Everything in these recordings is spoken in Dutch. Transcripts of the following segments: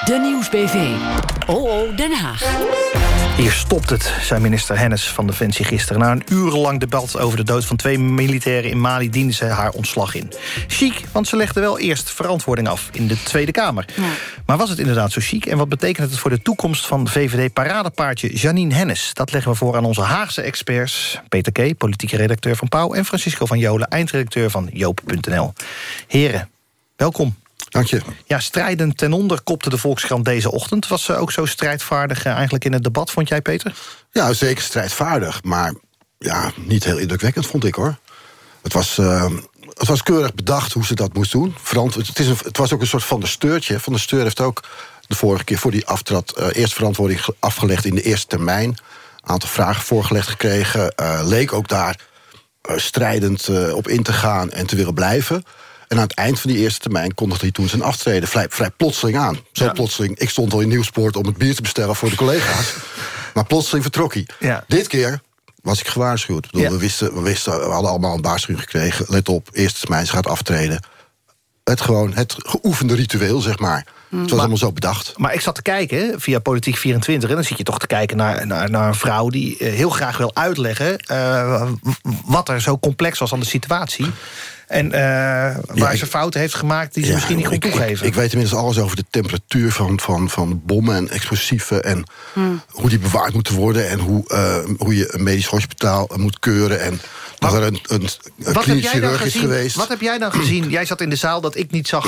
De Nieuwsbv. OO Den Haag. Hier stopt het, zei minister Hennis van Defensie gisteren. Na een urenlang debat over de dood van 2 militairen in Mali diende ze haar ontslag in. Chic, want ze legde wel eerst verantwoording af in de Tweede Kamer. Ja. Maar was het inderdaad zo chic? En wat betekent het voor de toekomst van VVD-paradepaardje Jeanine Hennis? Dat leggen we voor aan onze Haagse experts. Peter K., politieke redacteur van Pauw... en Francisco van Jolen, eindredacteur van Joop.nl. Heren, welkom. Dank je. Ja, strijdend ten onder kopte de Volkskrant deze ochtend. Was ze ook zo strijdvaardig eigenlijk in het debat, vond jij, Peter? Ja, zeker strijdvaardig, maar ja, niet heel indrukwekkend, vond ik, hoor. Het was keurig bedacht hoe ze dat moest doen. Het was ook een soort Van der Steurtje. Van der Steur heeft ook de vorige keer voor die aftrad eerst verantwoording afgelegd in de eerste termijn. Een aantal vragen voorgelegd gekregen. Leek ook daar strijdend op in te gaan en te willen blijven. En aan het eind van die eerste termijn kondigde hij toen zijn aftreden vrij plotseling aan. Zo plotseling. Ik stond al in Nieuwspoort om het bier te bestellen voor de collega's. Maar plotseling vertrok hij. Ja. Dit keer was ik gewaarschuwd. We hadden allemaal een waarschuwing gekregen. Let op, eerste termijn, ze gaat aftreden. Het geoefende ritueel, zeg maar. Het was allemaal zo bedacht. Maar ik zat te kijken via Politiek 24... en dan zit je toch te kijken naar een vrouw... die heel graag wil uitleggen wat er zo complex was aan de situatie... En waar ze fouten heeft gemaakt die ze misschien niet kon toegeven. Ik weet inmiddels alles over de temperatuur van bommen en explosieven... en hoe die bewaard moeten worden... en hoe je een medisch hospitaal moet keuren... en dat er een klinisch chirurg is geweest. Wat heb jij dan gezien? Jij zat in de zaal dat ik niet zag...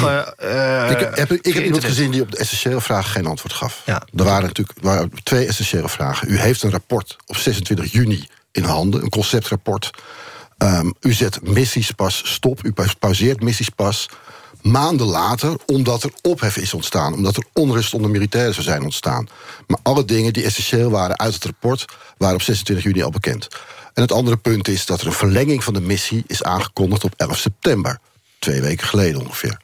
Ik heb iemand gezien die op de essentiële vragen geen antwoord gaf. Ja. Er waren 2 essentiële vragen. U heeft een rapport op 26 juni in handen, een conceptrapport... u zet missies pas stop, u pauzeert missies pas maanden later... omdat er ophef is ontstaan, omdat er onrust onder militairen zou zijn ontstaan. Maar alle dingen die essentieel waren uit het rapport... waren op 26 juni al bekend. En het andere punt is dat er een verlenging van de missie... is aangekondigd op 11 september, 2 weken geleden ongeveer.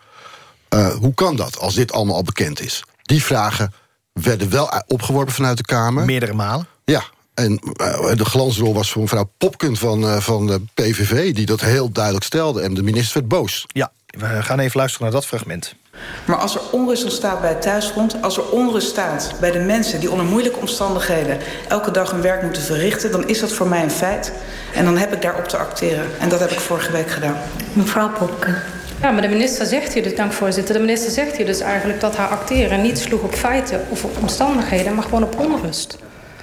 Hoe kan dat, als dit allemaal al bekend is? Die vragen werden wel opgeworpen vanuit de Kamer. Meerdere malen? Ja. En de glansrol was voor mevrouw Popken van de PVV... die dat heel duidelijk stelde en de minister werd boos. Ja, we gaan even luisteren naar dat fragment. Maar als er onrust ontstaat bij het thuisfront... als er onrust staat bij de mensen die onder moeilijke omstandigheden... elke dag hun werk moeten verrichten... dan is dat voor mij een feit. En dan heb ik daarop te acteren. En dat heb ik vorige week gedaan. Mevrouw Popken. Ja, maar de minister zegt hier dus, dank voorzitter... de minister zegt hier dus eigenlijk dat haar acteren niet sloeg op feiten... of op omstandigheden, maar gewoon op onrust.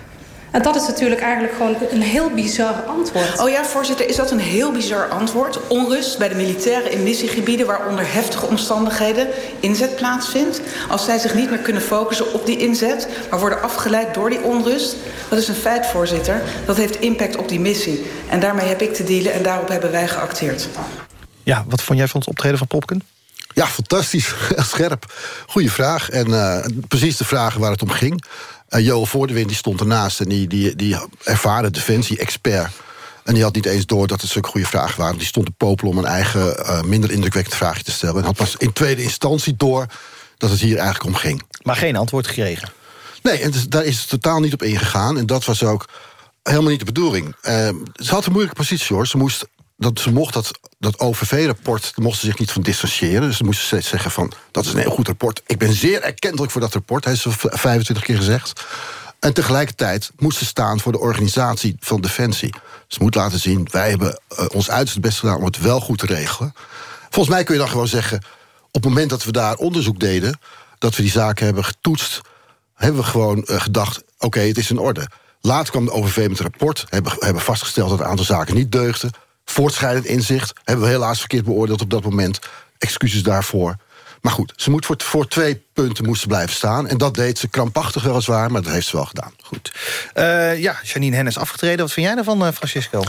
En dat is natuurlijk eigenlijk gewoon een heel bizar antwoord. Oh ja, voorzitter, is dat een heel bizar antwoord? Onrust bij de militairen in missiegebieden... waar onder heftige omstandigheden inzet plaatsvindt. Als zij zich niet meer kunnen focussen op die inzet... maar worden afgeleid door die onrust. Dat is een feit, voorzitter. Dat heeft impact op die missie. En daarmee heb ik te dealen en daarop hebben wij geacteerd. Ja, wat vond jij van het optreden van Popken? Ja, fantastisch. Scherp. Goeie vraag. En precies de vragen waar het om ging... Joel Voordewind die stond ernaast en die ervaren defensie-expert. En die had niet eens door dat het zulke goede vragen waren. Die stond te popelen om een eigen minder indrukwekkend vraagje te stellen. En had pas in tweede instantie door dat het hier eigenlijk om ging. Maar geen antwoord gekregen? Nee, en daar is het totaal niet op ingegaan. En dat was ook helemaal niet de bedoeling. Ze had een moeilijke positie, hoor. Ze mocht dat OVV-rapport, daar mocht ze zich niet van distancieren. Dus ze moest steeds zeggen van, dat is een heel goed rapport. Ik ben zeer erkentelijk voor dat rapport, heeft ze 25 keer gezegd. En tegelijkertijd moest ze staan voor de organisatie van Defensie. Ze moet laten zien, wij hebben ons uiterste best gedaan om het wel goed te regelen. Volgens mij kun je dan gewoon zeggen, op het moment dat we daar onderzoek deden, dat we die zaken hebben getoetst, hebben we gewoon gedacht, oké, het is in orde. Later kwam de OVV met een rapport, hebben vastgesteld dat een aantal zaken niet deugden. Voortschrijdend inzicht, hebben we helaas verkeerd beoordeeld op dat moment. Excuses daarvoor. Maar goed, ze moet voor 2 punten moesten blijven staan. En dat deed ze krampachtig weliswaar, maar dat heeft ze wel gedaan. Goed. Jeanine Hennis afgetreden. Wat vind jij daarvan, Francisco?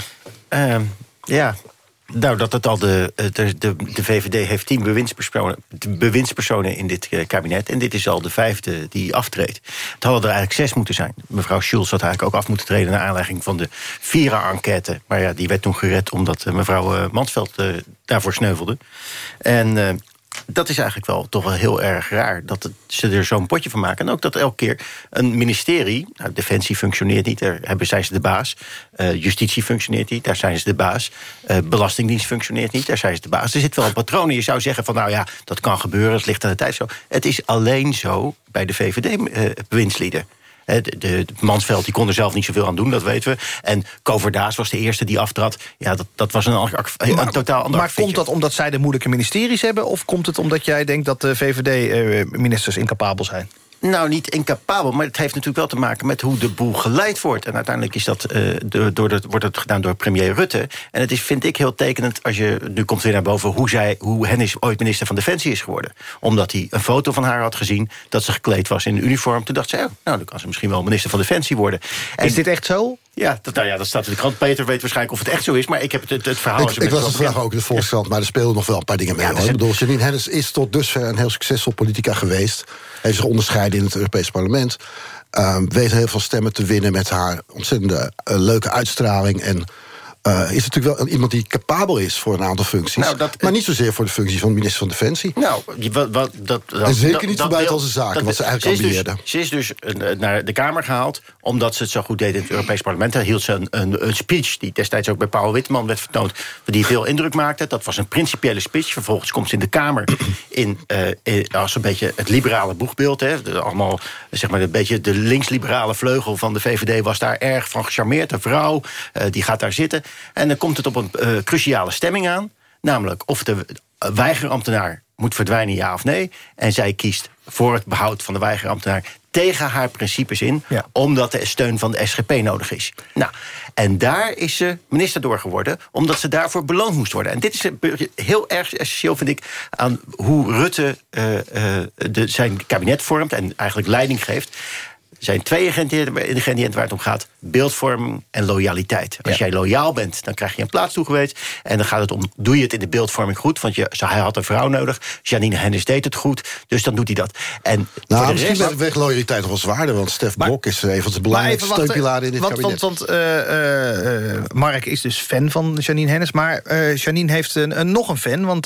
Nou, dat het al de VVD heeft 10 bewindspersonen in dit kabinet. En dit is al de 5e die aftreedt. Het hadden er eigenlijk 6 moeten zijn. Mevrouw Schulz had eigenlijk ook af moeten treden naar aanleiding van de Vira-enquête. Maar ja, die werd toen gered omdat mevrouw Mansveld daarvoor sneuvelde. En dat is eigenlijk toch wel heel erg raar. Dat ze er zo'n potje van maken. En ook dat elke keer een ministerie... Nou, Defensie functioneert niet, daar zijn ze de baas. Justitie functioneert niet, daar zijn ze de baas. Belastingdienst functioneert niet, daar zijn ze de baas. Er zit wel een patroon. Je zou zeggen van, nou ja, dat kan gebeuren, het ligt aan de tijd zo. Het is alleen zo bij de VVD-bewindslieden. De Mansveld die kon er zelf niet zoveel aan doen, dat weten we. En Koverdaas was de eerste die aftrad. Ja, dat was een totaal ander. Maar komt dat omdat zij de moeilijke ministeries hebben... of komt het omdat jij denkt dat de VVD-ministers incapabel zijn? Nou, niet incapabel, maar het heeft natuurlijk wel te maken... met hoe de boel geleid wordt. En uiteindelijk is dat, wordt het gedaan door premier Rutte. En het is, vind ik, heel tekenend als je... Nu komt weer naar boven hoe Hennis ooit minister van Defensie is geworden. Omdat hij een foto van haar had gezien... dat ze gekleed was in een uniform. Toen dacht ze, nou, dan kan ze misschien wel minister van Defensie worden. En, is dit echt zo? Ja, dat staat in de krant. Peter weet waarschijnlijk of het echt zo is... maar ik heb het verhaal... Ik las het vandaag ook in de Volkskrant... maar er spelen nog wel een paar dingen mee. Ik bedoel, Janine Hennis is tot dusver een heel succesvol politica geweest... heeft zich onderscheiden in het Europees Parlement... weet heel veel stemmen te winnen met haar ontzettende leuke uitstraling... en is natuurlijk wel iemand die capabel is voor een aantal functies... maar niet zozeer voor de functie van minister van Defensie. Nou, en zeker niet voor buitenlandse zaken, wat ze eigenlijk ambieerde. Ze is dus naar de Kamer gehaald... omdat ze het zo goed deed in het Europees Parlement. Daar hield ze een speech die destijds ook bij Paul Witteman werd vertoond... die veel indruk maakte. Dat was een principiële speech. Vervolgens komt ze in de Kamer als een beetje het liberale boegbeeld. Allemaal, zeg maar, een beetje de linksliberale vleugel van de VVD... was daar erg van gecharmeerd. Een vrouw, die gaat daar zitten... En dan komt het op een cruciale stemming aan. Namelijk of de weigerambtenaar moet verdwijnen, ja of nee. En zij kiest voor het behoud van de weigerambtenaar... tegen haar principes in, omdat de steun van de SGP nodig is. Nou, en daar is ze minister door geworden... omdat ze daarvoor beloond moest worden. En dit is heel erg essentieel, vind ik... aan hoe Rutte zijn kabinet vormt... en eigenlijk leiding geeft... Er zijn twee ingrediënten waar het om gaat. Beeldvorming en loyaliteit. Als jij loyaal bent, dan krijg je een plaats toegewezen. En dan gaat het om, doe je het in de beeldvorming goed? Want hij had een vrouw nodig. Janine Hennis deed het goed. Dus dan doet hij dat. En misschien werd loyaliteit nog wel zwaarder. Want Stef Blok is een van de belangrijkste steunpilaren in dit kabinet. Want Mark is dus fan van Janine Hennis. Maar Janine heeft nog een fan. Want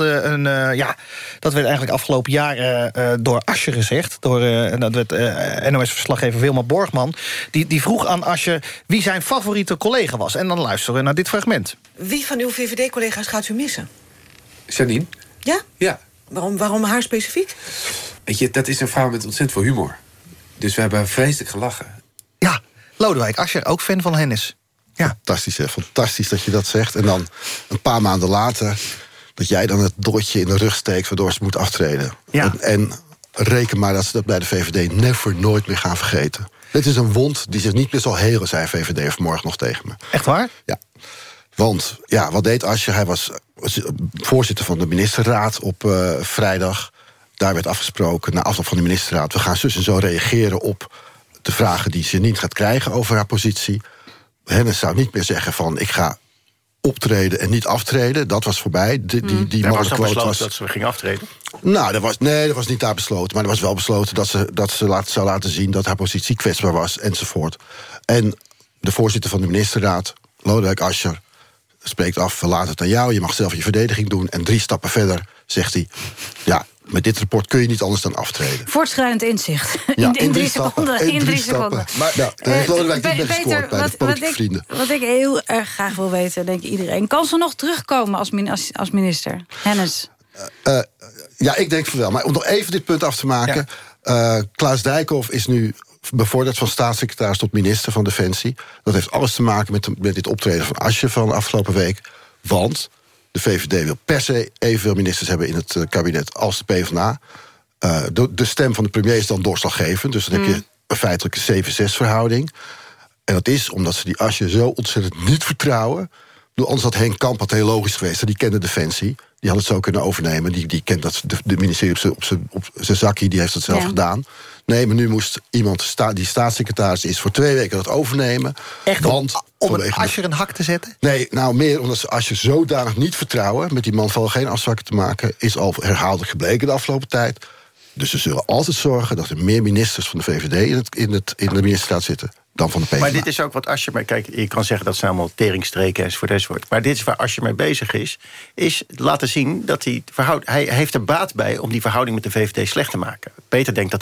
dat werd eigenlijk afgelopen jaar door Asscher gezegd. Dat werd NOS-verslaggever Wilma Borgman. Die vroeg aan Asscher wie zijn favoriete collega was. En dan luisteren we naar dit fragment. Wie van uw VVD-collega's gaat u missen? Janine. Ja? Ja. Waarom haar specifiek? Weet je, dat is een vrouw met ontzettend veel humor. Dus we hebben vreselijk gelachen. Ja, Lodewijk Asscher, ook fan van Hennis. Ja. Fantastisch, hè? Fantastisch dat je dat zegt. En dan een paar maanden later... dat jij dan het dotje in de rug steekt... waardoor ze moet aftreden. Ja. En reken maar dat ze dat bij de VVD nooit meer gaan vergeten. Dit is een wond die zich niet meer zal helen, zei VVD vanmorgen nog tegen me. Echt waar? Ja. Want, wat deed Asscher? Hij was voorzitter van de ministerraad op vrijdag. Daar werd afgesproken, na afloop van de ministerraad... we gaan zus en zo reageren op de vragen die ze niet gaat krijgen over haar positie. Hennis zou niet meer zeggen van, ik ga optreden en niet aftreden. Dat was voorbij. Die was dan besloten dat ze ging aftreden? Nou, dat was niet daar besloten. Maar er was wel besloten dat ze zou laten zien... dat haar positie kwetsbaar was, enzovoort. En de voorzitter van de ministerraad, Lodewijk Asscher... spreekt af, we laten het aan jou, je mag zelf je verdediging doen... en 3 stappen verder zegt hij... ja, met dit rapport kun je niet anders dan aftreden. Voortschrijdend inzicht. Ja, in 3 seconden. In 3 seconden. Maar daar heeft Lodewijk niet mee gescoord bij de politieke vrienden. Wat ik heel erg graag wil weten, denk ik iedereen... kan ze nog terugkomen als minister? Hennis? Ja, ik denk van wel. Maar om nog even dit punt af te maken... Klaas Dijkhoff is nu bevorderd van staatssecretaris tot minister van Defensie. Dat heeft alles te maken met dit optreden van Asscher van de afgelopen week. Want de VVD wil per se evenveel ministers hebben in het kabinet als de PvdA. De stem van de premier is dan doorslaggevend. Dus dan heb je een feitelijke 7-6-verhouding. En dat is omdat ze die Asscher zo ontzettend niet vertrouwen. Anders had Henk Kamp heel logisch geweest. Die kende Defensie. Die had het zo kunnen overnemen. Die kent dat de ministerie op zijn zakje. Die heeft het zelf gedaan. Nee, maar nu moest iemand die staatssecretaris is... voor 2 weken dat overnemen. Echt om Asscher een hak te zetten? Nee, nou meer omdat ze Asscher zodanig niet vertrouwen... met die man vallen geen afspraken te maken... is al herhaaldelijk gebleken de afgelopen tijd. Dus ze zullen altijd zorgen dat er meer ministers van de VVD... in de ministerraad zitten dan van de PvdA. Maar dit is ook wat Asscher... Maar kijk, je kan zeggen dat zijn allemaal teringstreken enzovoort. Maar dit is waar Asscher mee bezig is laten zien dat hij heeft er baat bij om die verhouding met de VVD slecht te maken. Peter denkt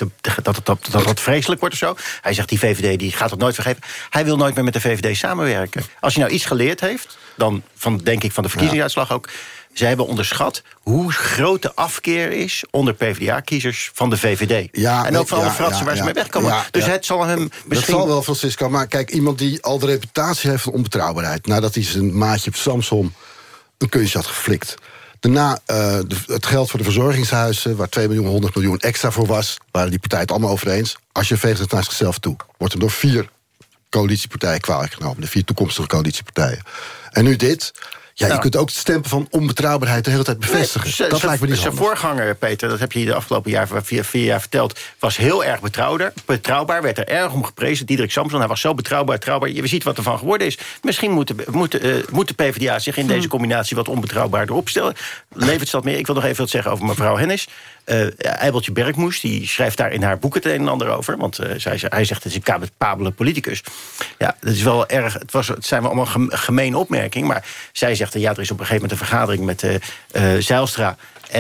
dat het vreselijk wordt of zo. Hij zegt, die VVD die gaat het nooit vergeven. Hij wil nooit meer met de VVD samenwerken. Als hij nou iets geleerd heeft, dan denk ik van de verkiezingsuitslag ook... Zij hebben onderschat hoe groot de afkeer is onder PvdA-kiezers van de VVD. Ja, en ook van alle fratsen waar ze mee wegkomen. Dus het zal hem misschien... Dat zal wel, Francisco. Maar kijk, iemand die al de reputatie heeft van onbetrouwbaarheid... nadat hij zijn maatje Samson een kunstje had geflikt... Daarna het geld voor de verzorgingshuizen... waar 2 miljoen, 100 miljoen extra voor was... waren die partijen het allemaal over eens. Als je veegt het naar zichzelf toe... wordt er door 4 coalitiepartijen kwalijk genomen. De 4 toekomstige coalitiepartijen. En nu dit... Ja, je kunt ook het stempel van onbetrouwbaarheid de hele tijd bevestigen. Dat lijkt me niet zijn voorganger, Peter, dat heb je de afgelopen jaar, 4 jaar verteld... was heel erg betrouwbaar, werd er erg om geprezen. Diederik Samson, hij was zo betrouwbaar. Je ziet wat er van geworden is. Misschien moet de PvdA zich in deze combinatie... wat onbetrouwbaarder opstellen. Levert ze dat meer? Ik wil nog even wat zeggen over mevrouw Hennis. Eibeltje Bergmoes, die schrijft daar in haar boeken het een en ander over. Want hij zegt, het is een capabele politicus. Ja, dat is wel erg. Het zijn wel allemaal gemene opmerkingen. Maar zij zegt, ja, er is op een gegeven moment een vergadering met Zijlstra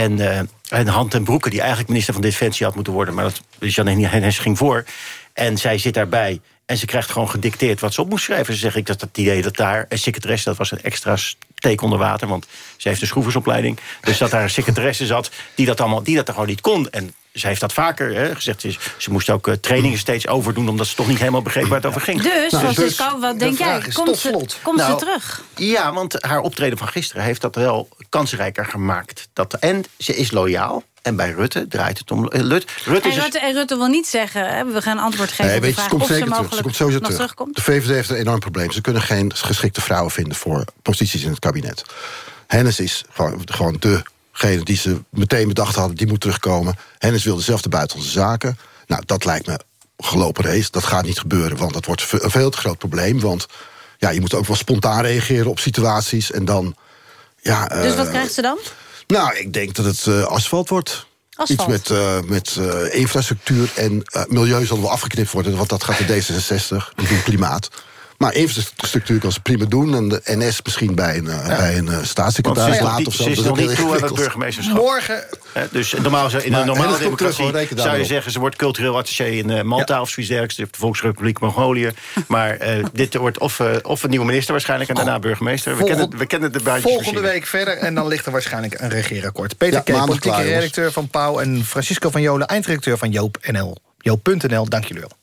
en Han ten Broeke, die eigenlijk minister van Defensie had moeten worden. Maar Janine Hennis ging voor. En zij zit daarbij. En ze krijgt gewoon gedicteerd wat ze op moest schrijven. Ze zegt, ik dat het idee dat daar een secretaresse... dat was een extra steek onder water, want ze heeft een schroeversopleiding. Dus dat daar een secretaresse zat die dat gewoon niet kon. En ze heeft dat vaker gezegd. Ze moest ook trainingen steeds overdoen... omdat ze toch niet helemaal begreep waar het over ging. Dus, Francisco, wat denk jij? Komt ze terug? Ja, want haar optreden van gisteren heeft dat wel kansrijker gemaakt. En ze is loyaal. En bij Rutte draait het om... Rutte wil niet zeggen, we gaan antwoord geven op de vraag of ze mogelijk nog terugkomt. De VVD heeft een enorm probleem. Ze kunnen geen geschikte vrouwen vinden voor posities in het kabinet. Hennis is gewoon degene die ze meteen bedacht hadden, die moet terugkomen. Hennis wil dezelfde buitenlandse zaken. Nou, dat lijkt me gelopen race. Dat gaat niet gebeuren, want dat wordt een veel te groot probleem. Want ja, je moet ook wel spontaan reageren op situaties. En dan... Ja, dus wat krijgt ze dan? Nou, ik denk dat het asfalt wordt. Iets met infrastructuur en milieu zal wel afgeknipt worden... want dat gaat de D66, die doen klimaat. Maar infrastructuur kan ze prima doen. En de NS misschien bij een staatssecretaris laat of zo. Ze is nog niet toe aan het burgemeesterschap. Morgen. Dus normaal in een normale democratie zou je zeggen... ze wordt cultureel attaché in Malta of zoiets dergelijks. De Volksrepubliek Mongolië. Maar dit wordt of een nieuwe minister waarschijnlijk... en daarna burgemeester. We kennen de buitjes. Volgende week verder en dan ligt er waarschijnlijk een regeerakkoord. Peter K., politieke redacteur van Pauw... en Francisco van Jolen, eindredacteur van Joop.nl. Dank jullie wel.